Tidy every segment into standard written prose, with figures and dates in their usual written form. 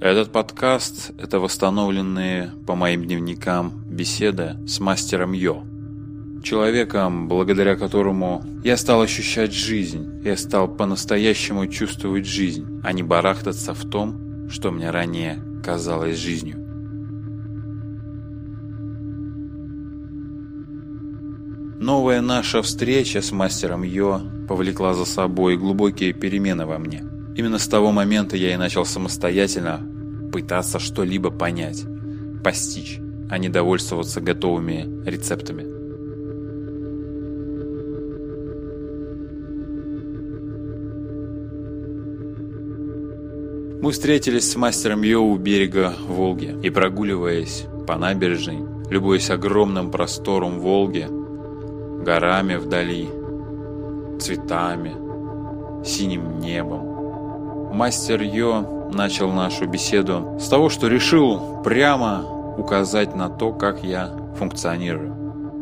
Этот подкаст – это восстановленные по моим дневникам беседы с мастером Йо. Человеком, благодаря которому я стал ощущать жизнь, я стал по-настоящему чувствовать жизнь, а не барахтаться в том, что мне ранее казалось жизнью. Новая наша встреча с мастером Йо повлекла за собой глубокие перемены во мне. Именно с того момента я и начал самостоятельно пытаться что-либо понять, постичь, а не довольствоваться готовыми рецептами. Мы встретились с мастером Йо у берега Волги и, прогуливаясь по набережной, любуясь огромным простором Волги, горами вдали, цветами, синим небом, мастер Йо начал нашу беседу с того, что решил прямо указать на то, как я функционирую.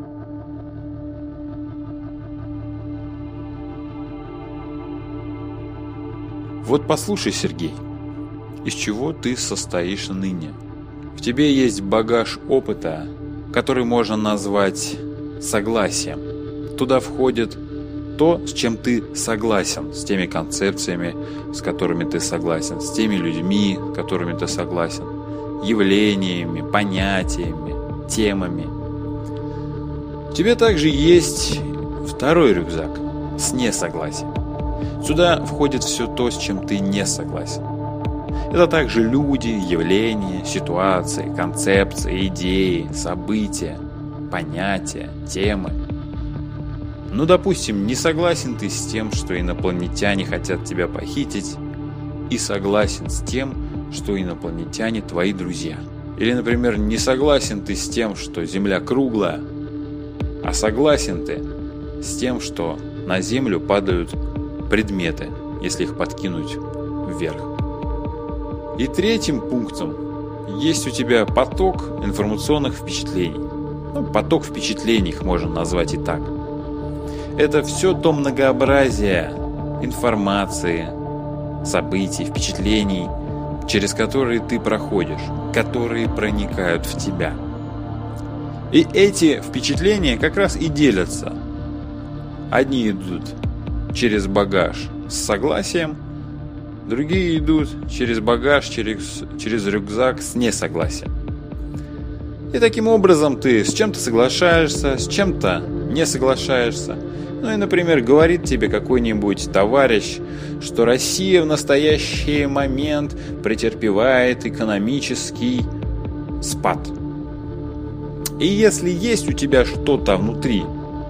Вот послушай, Сергей, из чего ты состоишь ныне. В тебе есть багаж опыта, который можно назвать согласием. Туда входит то, с чем ты согласен, с теми концепциями, с которыми ты согласен, с теми людьми, с которыми ты согласен, явлениями, понятиями, темами. В тебе также есть второй рюкзак с несогласием. Сюда входит все то, с чем ты не согласен. Это также люди, явления, ситуации, концепции, идеи, события, понятия, темы. Ну, допустим, не согласен ты с тем, что инопланетяне хотят тебя похитить, и согласен с тем, что инопланетяне твои друзья. Или, например, не согласен ты с тем, что Земля круглая, а согласен ты с тем, что на Землю падают предметы, если их подкинуть вверх. И третьим пунктом есть у тебя поток информационных впечатлений. Поток впечатлений их можно назвать и так. Это все то многообразие информации, событий, впечатлений, через которые ты проходишь, которые проникают в тебя. И эти впечатления как раз и делятся. Одни идут через багаж с согласием, другие идут через багаж, через рюкзак с несогласием. И таким образом ты с чем-то соглашаешься, с чем-то не соглашаешься. Ну и, например, говорит тебе какой-нибудь товарищ, что Россия в настоящий момент претерпевает экономический спад. И если есть у тебя что-то внутри,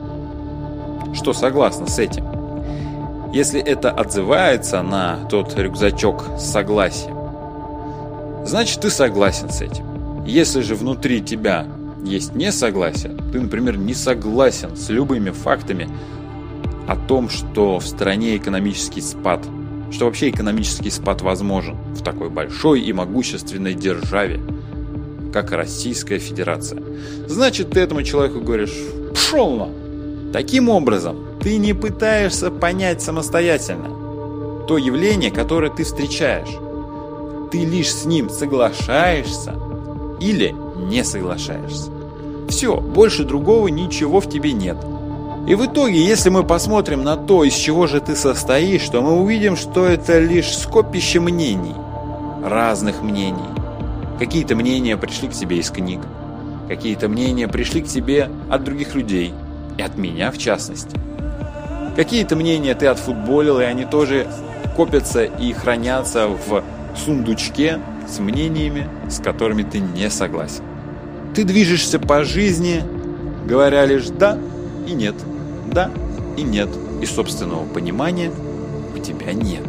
что согласно с этим, если это отзывается на тот рюкзачок с согласием, значит, ты согласен с этим. Если же внутри тебя есть несогласие, ты, например, не согласен с любыми фактами о том, что в стране экономический спад, что вообще экономический спад возможен в такой большой и могущественной державе, как Российская Федерация, значит, ты этому человеку говоришь: «Пшел на!» Таким образом, ты не пытаешься понять самостоятельно то явление, которое ты встречаешь. Ты лишь с ним соглашаешься или не соглашаешься. Все, больше другого ничего в тебе нет. И в итоге, если мы посмотрим на то, из чего же ты состоишь, то мы увидим, что это лишь скопище мнений, разных мнений. Какие-то мнения пришли к тебе из книг, какие-то мнения пришли к тебе от других людей, и от меня в частности. Какие-то мнения ты отфутболил, и они тоже копятся и хранятся в сундучке с мнениями, с которыми ты не согласен. Ты движешься по жизни, говоря лишь «да» и «нет», «да» и «нет», и собственного понимания у тебя нет.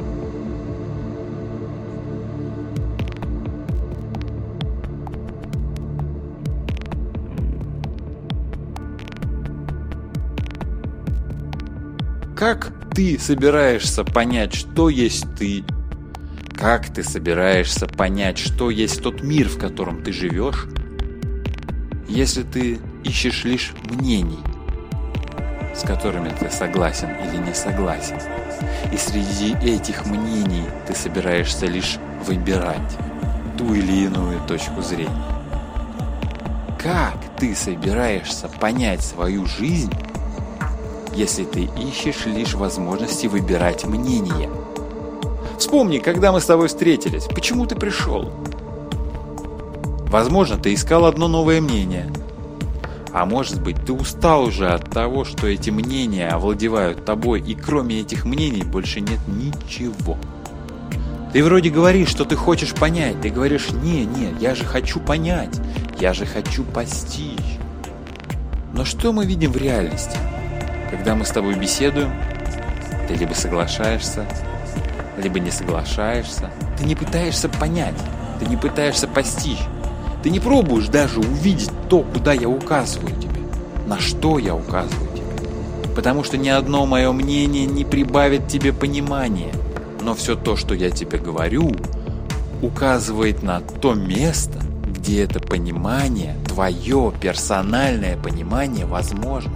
Как ты собираешься понять, что есть ты? Как ты собираешься понять, что есть тот мир, в котором ты живешь, если ты ищешь лишь мнений, с которыми ты согласен или не согласен? И среди этих мнений ты собираешься лишь выбирать ту или иную точку зрения. Как ты собираешься понять свою жизнь, если ты ищешь лишь возможности выбирать мнение? Вспомни, когда мы с тобой встретились, почему ты пришел? Возможно, ты искал одно новое мнение. А может быть, ты устал уже от того, что эти мнения овладевают тобой, и кроме этих мнений больше нет ничего. Ты вроде говоришь, что ты хочешь понять. Ты говоришь: не, я же хочу понять. Я же хочу постичь. Но что мы видим в реальности? Когда мы с тобой беседуем, ты либо соглашаешься, либо не соглашаешься. Ты не пытаешься понять, ты не пытаешься постичь. Ты не пробуешь даже увидеть то, куда я указываю тебе, на что я указываю тебе. Потому что ни одно мое мнение не прибавит тебе понимания. Но все то, что я тебе говорю, указывает на то место, где это понимание, твое персональное понимание возможно.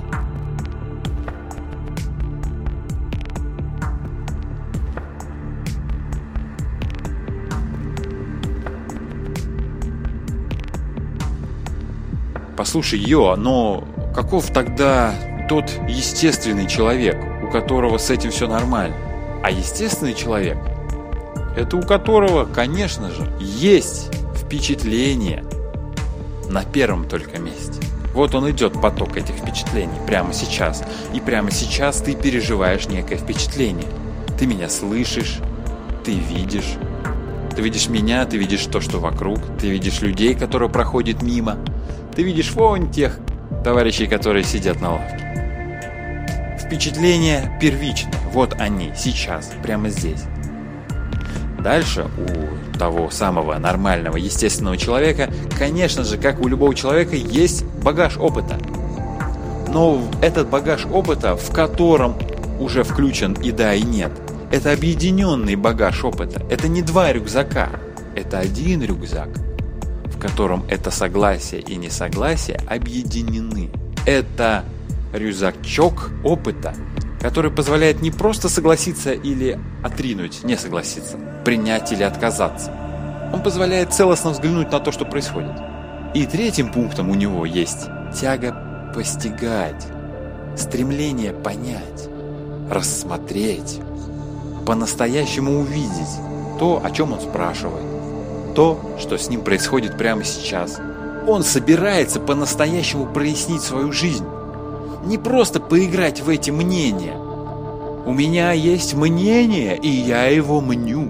Послушай, но каков тогда тот естественный человек, у которого с этим все нормально? А естественный человек – это у которого, конечно же, есть впечатление на первом только месте. Вот он идет, поток этих впечатлений, прямо сейчас. И прямо сейчас ты переживаешь некое впечатление. Ты меня слышишь, ты видишь. Ты видишь меня, ты видишь то, что вокруг. Ты видишь людей, которые проходят мимо. Ты видишь вон тех товарищей, которые сидят на лавке. Впечатления первичные. Вот они, сейчас, прямо здесь. Дальше у того самого нормального, естественного человека, конечно же, как у любого человека, есть багаж опыта. Но этот багаж опыта, в котором уже включен и да, и нет, это объединенный багаж опыта. Это не два рюкзака, это один рюкзак, в котором это согласие и несогласие объединены. Это рюкзачок опыта, который позволяет не просто согласиться или отринуть, не согласиться, принять или отказаться. Он позволяет целостно взглянуть на то, что происходит. И третьим пунктом у него есть тяга постигать, стремление понять, рассмотреть, по-настоящему увидеть то, о чем он спрашивает, то, что с ним происходит прямо сейчас. Он собирается по-настоящему прояснить свою жизнь. Не просто поиграть в эти мнения. У меня есть мнение, и я его мню.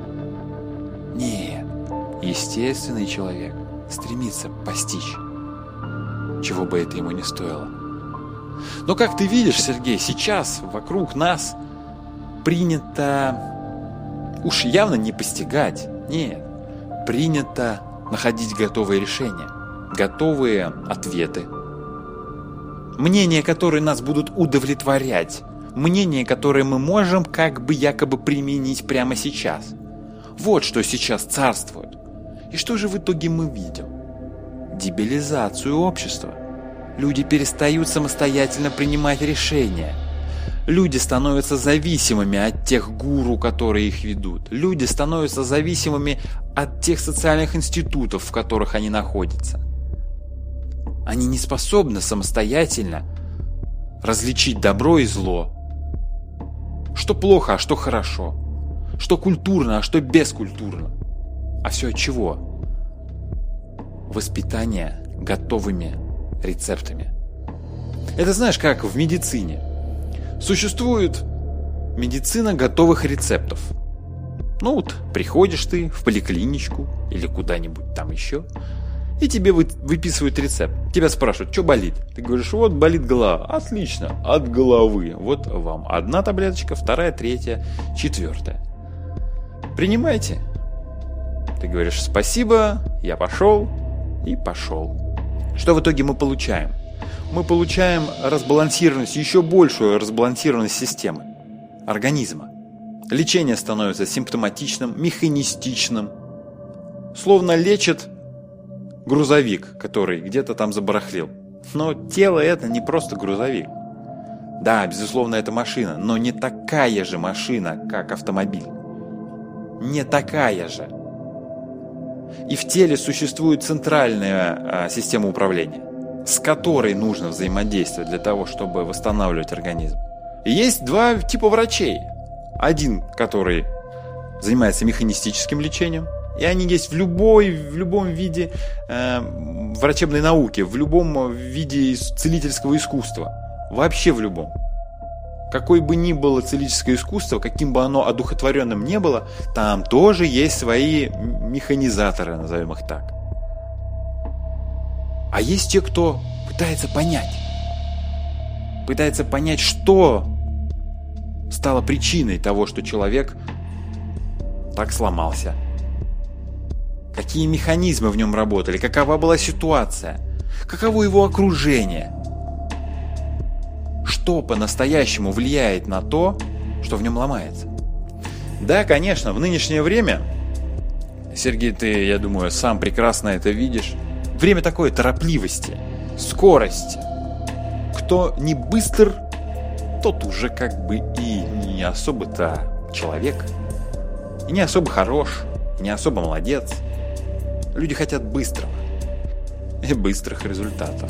Нет, естественный человек стремится постичь, чего бы это ему ни стоило. Но как ты видишь, Сергей, сейчас вокруг нас принято уж явно не постигать. Нет, принято находить готовые решения, готовые ответы. Мнения, которые нас будут удовлетворять. Мнения, которые мы можем как бы якобы применить прямо сейчас. Вот что сейчас царствует. И что же в итоге мы видим? Дебилизацию общества. Люди перестают самостоятельно принимать решения. Люди становятся зависимыми от тех гуру, которые их ведут. Люди становятся зависимыми от тех социальных институтов, в которых они находятся. Они не способны самостоятельно различить добро и зло. Что плохо, а что хорошо. Что культурно, а что бескультурно. А все от чего? Воспитание готовыми рецептами. Это знаешь, как в медицине. Существует медицина готовых рецептов. Ну вот, приходишь ты в поликлиничку или куда-нибудь там еще, и тебе выписывают рецепт. Тебя спрашивают, что болит? Ты говоришь, вот болит голова. Отлично, от головы. Вот вам одна таблеточка, вторая, третья, четвертая. Принимайте. Ты говоришь, спасибо, я пошел и пошел. Что в итоге мы получаем? Мы получаем разбалансированность, еще большую разбалансированность системы, организма. Лечение становится симптоматичным, механистичным. Словно лечит грузовик, который где-то там забарахлил. Но тело это не просто грузовик. Да, безусловно, это машина, но не такая же машина, как автомобиль. Не такая же. И в теле существует центральная система управления, с которой нужно взаимодействовать для того, чтобы восстанавливать организм. И есть два типа врачей. Один, который занимается механистическим лечением, и они есть в любом виде врачебной науки, в любом виде целительского искусства. Вообще в любом. Какое бы ни было целительское искусство, каким бы оно одухотворенным не было, там тоже есть свои механизаторы, назовем их так. А есть те, кто пытается понять, что стало причиной того, что человек так сломался. Какие механизмы в нем работали, какова была ситуация, каково его окружение. Что по-настоящему влияет на то, что в нем ломается. Да, конечно, в нынешнее время, Сергей, ты, я думаю, сам прекрасно это видишь, время такой торопливости, скорости. Кто не быстр, тот уже как бы и не особо-то человек, и не особо хорош, и не особо молодец. Люди хотят быстрого и быстрых результатов.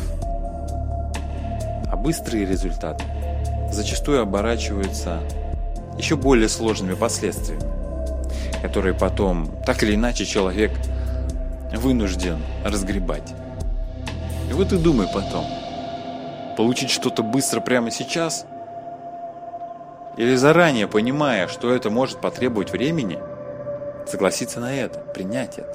А быстрые результаты зачастую оборачиваются еще более сложными последствиями, которые потом, так или иначе, человек вынужден разгребать. И вот и думай потом, получить что-то быстро прямо сейчас, или заранее понимая, что это может потребовать времени, согласиться на это, принять это.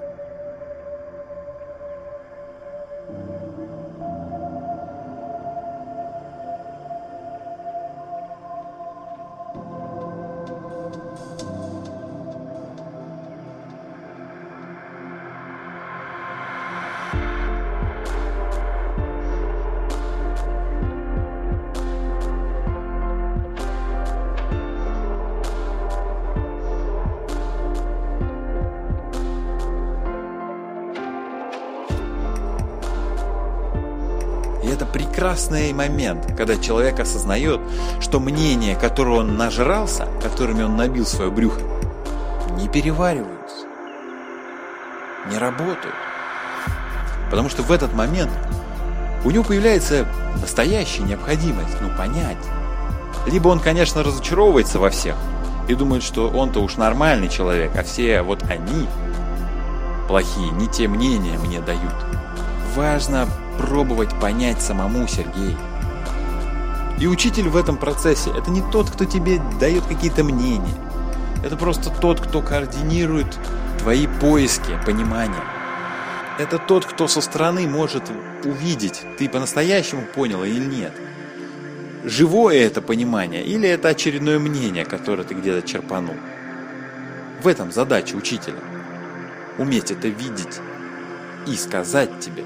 И это прекрасный момент, когда человек осознает, что мнения, которого он нажрался, которыми он набил свое брюхо, не перевариваются, не работают. Потому что в этот момент у него появляется настоящая необходимость, понять. Либо он, конечно, разочаровывается во всех и думает, что он-то уж нормальный человек, а все вот они плохие, не те мнения мне дают. Важно пробовать понять самому, Сергей. И учитель в этом процессе – это не тот, кто тебе дает какие-то мнения. Это просто тот, кто координирует твои поиски, понимания. Это тот, кто со стороны может увидеть, ты по-настоящему понял или нет. Живое это понимание или это очередное мнение, которое ты где-то черпанул. В этом задача учителя. Уметь это видеть и сказать тебе.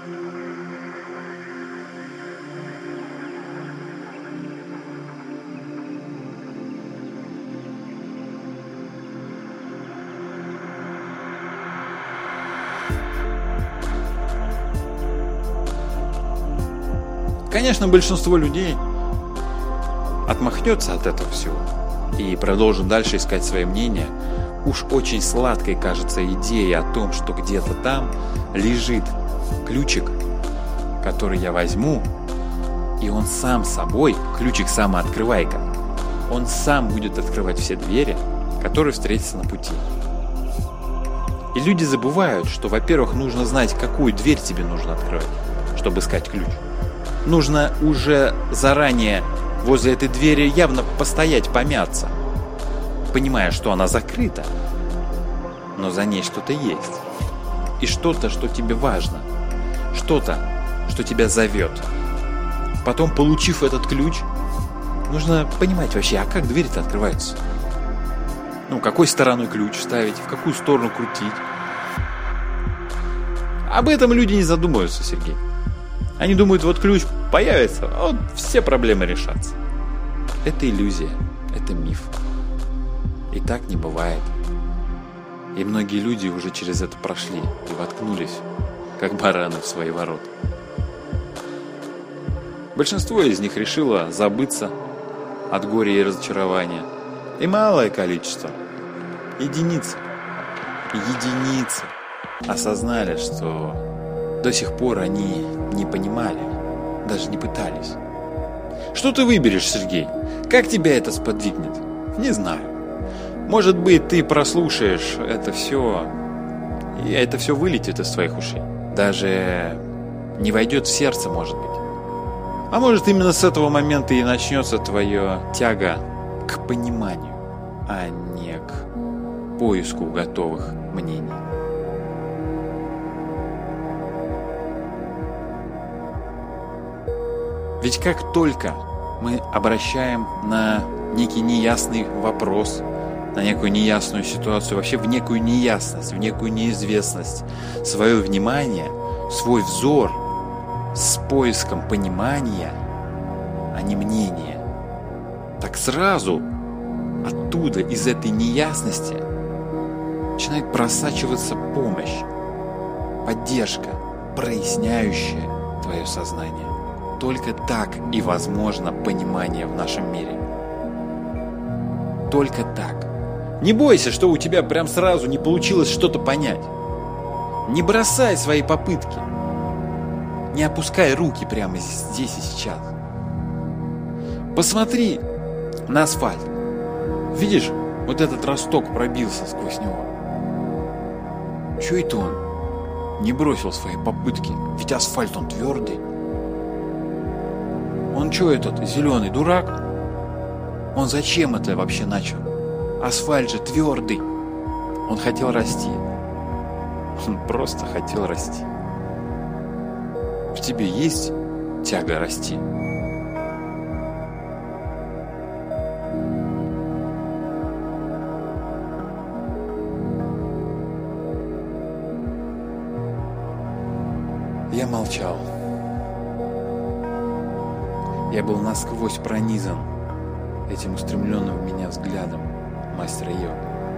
Конечно, большинство людей отмахнется от этого всего и продолжит дальше искать свои мнения. Уж очень сладкой кажется идея о том, что где-то там лежит ключик, который я возьму, и он сам собой, ключик самооткрывайка, он сам будет открывать все двери, которые встретятся на пути. И люди забывают, что, во-первых, нужно знать, какую дверь тебе нужно открывать, чтобы искать ключ. Нужно уже заранее возле этой двери явно постоять, помяться, понимая, что она закрыта, но за ней что-то есть. И что-то, что тебе важно. Что-то, что тебя зовет. Потом, получив этот ключ, нужно понимать вообще, а как дверь-то открывается? Какой стороной ключ ставить, в какую сторону крутить. Об этом люди не задумываются, Сергей. Они думают, вот ключ появится, а вот все проблемы решатся. Это иллюзия, это миф. И так не бывает. И многие люди уже через это прошли и воткнулись, как бараны в свои ворота. Большинство из них решило забыться от горя и разочарования. И малое количество, единицы, осознали, что до сих пор они не понимали, даже не пытались. Что ты выберешь, Сергей? Как тебя это сподвигнет? Не знаю. Может быть, ты прослушаешь это все, и это все вылетит из твоих ушей. Даже не войдет в сердце, может быть. А может, именно с этого момента и начнется твоя тяга к пониманию, а не к поиску готовых мнений. Ведь как только мы обращаем на некий неясный вопрос, на некую неясную ситуацию, вообще в некую неясность, в некую неизвестность, свое внимание, свой взор с поиском понимания, а не мнения, так сразу оттуда, из этой неясности, начинает просачиваться помощь, поддержка, проясняющая твое сознание. Только так и возможно понимание в нашем мире. Только так. Не бойся, что у тебя прям сразу не получилось что-то понять. Не бросай свои попытки. Не опускай руки прямо здесь и сейчас. Посмотри на асфальт. Видишь, вот этот росток пробился сквозь него. Чё это он не бросил свои попытки? Ведь асфальт он твердый. Он чё этот, зеленый дурак? Он зачем это вообще начал? Асфальт же твердый. Он хотел расти. Он просто хотел расти. В тебе есть тяга расти? Я молчал. Я был насквозь пронизан этим устремленным в меня взглядом мастера йоги.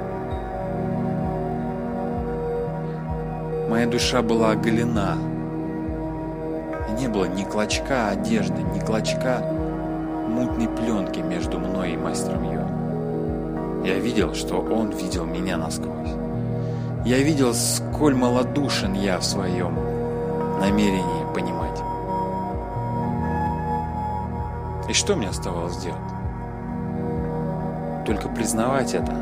Моя душа была оголена. И не было ни клочка одежды, ни клочка мутной пленки между мной и мастером йоги. Я видел, что он видел меня насквозь. Я видел, сколь малодушен я в своем намерении понимать. И что мне оставалось делать? Только признавать это.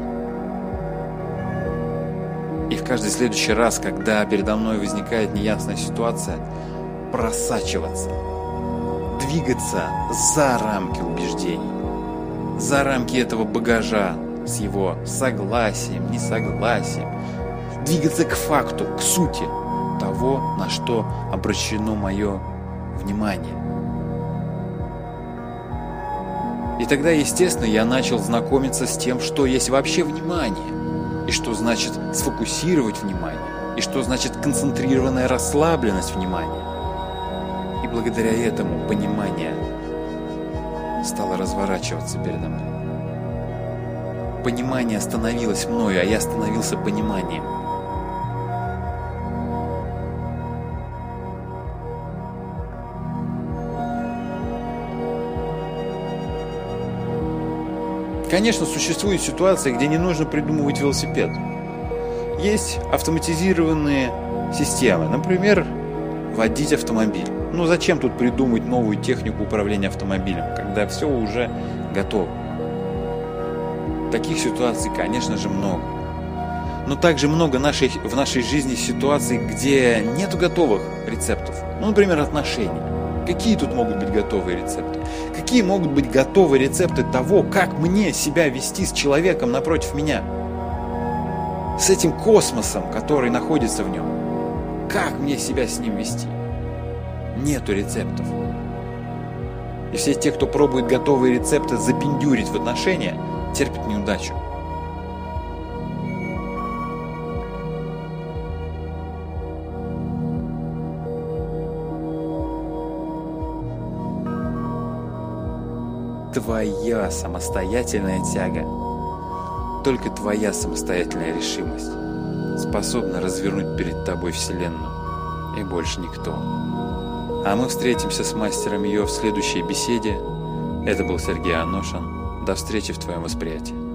И в каждый следующий раз, когда передо мной возникает неясная ситуация, просачиваться, двигаться за рамки убеждений, за рамки этого багажа с его согласием, несогласием, двигаться к факту, к сути того, на что обращено мое внимание. И тогда, естественно, я начал знакомиться с тем, что есть вообще внимание, и что значит сфокусировать внимание, и что значит концентрированная расслабленность внимания. И благодаря этому понимание стало разворачиваться передо мной. Понимание становилось мною, а я становился пониманием. Конечно, существуют ситуации, где не нужно придумывать велосипед. Есть автоматизированные системы, например, водить автомобиль. Ну зачем тут придумывать новую технику управления автомобилем, когда все уже готово? Таких ситуаций, конечно же, много. Но также много в нашей жизни ситуаций, где нет готовых рецептов. Ну, например, отношения. Какие тут могут быть готовые рецепты? Какие могут быть готовые рецепты того, как мне себя вести с человеком напротив меня? С этим космосом, который находится в нем. Как мне себя с ним вести? Нету рецептов. И все те, кто пробует готовые рецепты запиндюрить в отношения, терпят неудачу. Твоя самостоятельная тяга, только твоя самостоятельная решимость способна развернуть перед тобой Вселенную, и больше никто. А мы встретимся с мастером Йо в следующей беседе. Это был Сергей Аношин. До встречи в твоем восприятии.